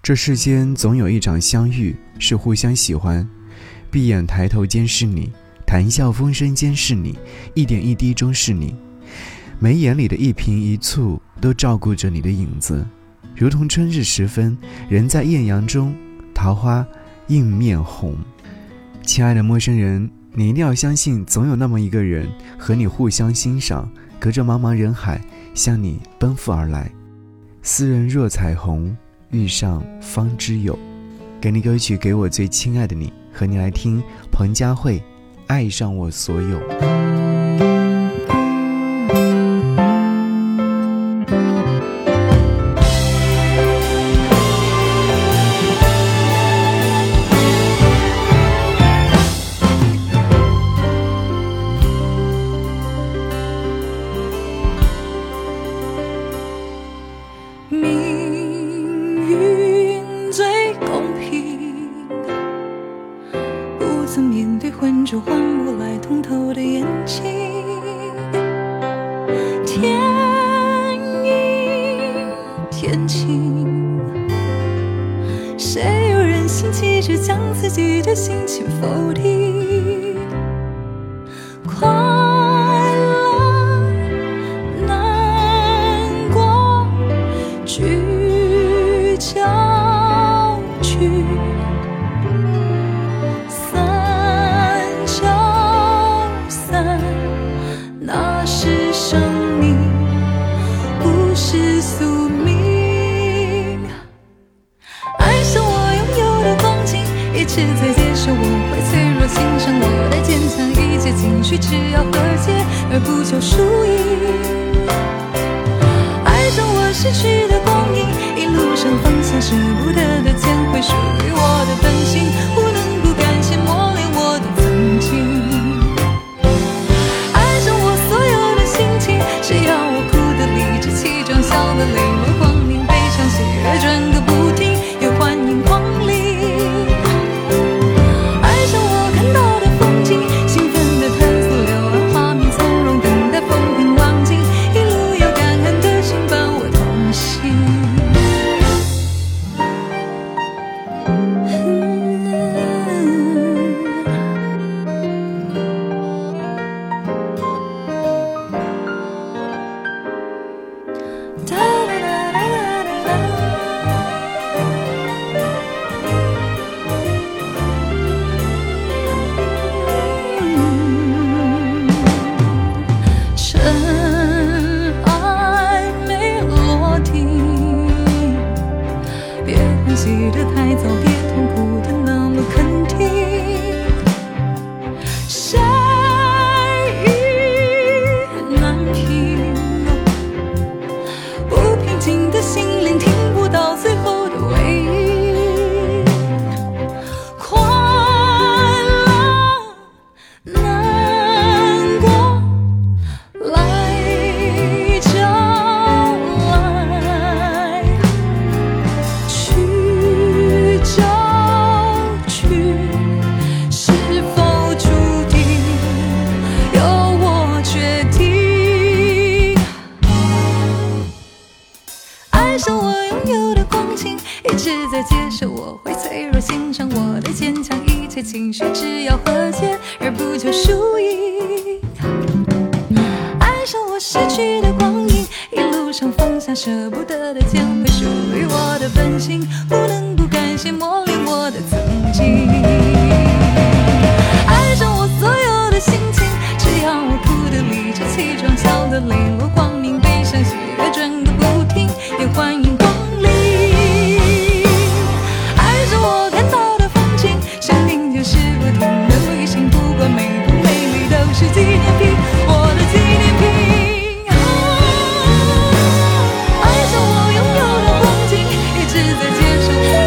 这世间总有一场相遇是互相喜欢，闭眼抬头间是你，谈笑风生间是你，一点一滴中是你，眉眼里的一颦一蹙都照顾着你的影子，如同春日时分，人在艳阳中，桃花映面红。亲爱的陌生人，你一定要相信，总有那么一个人和你互相欣赏，隔着茫茫人海向你奔赴而来。斯人若彩虹，遇上方知有。给你歌曲《给我最亲爱的你》，和你来听彭佳慧《爱上我所有》。 曾面对浑浊换不来通透的眼睛，天阴天晴，谁又忍心急着将自己的心情否定？快乐难过聚焦去，那是生命，不是宿命。爱上我拥有的光景，一直在接受我会脆弱，欣赏我的坚强，一切情绪只要和解，而不求输赢。爱上我失去的光阴，一路上放下舍不得的捡回属于我的本性，不能不感谢磨练我的曾经。只要我哭得理直气壮，笑得泪落光明，悲伤喜悦转个不停，也欢迎光临。爱上我看到的风景，兴奋地探索柳暗花明，从容等待风平浪静，一路有感恩的心伴我同行。记得太早，别痛苦的那么肯定。谁意难平，不平静的心灵听不到最后的尾音。快乐难过来就来，是否注定由我决定？爱上我拥有的光景，一直在接受我会脆弱，欣赏我的坚强，一切情绪只要和解，而不求输赢。爱上我失去的光阴，一路上放下舍不得的捡回属于我的本性，不能不感谢磨练我的曾经。爱上我所有的心情，只要我哭得理直气壮，笑得泪落光明，悲伤喜悦转个不停，也欢迎光临。爱上我看到的风景，生命就是不停的旅行，不管美不美丽都是纪念品，我的纪念品。爱上我拥有的光景，一直在接受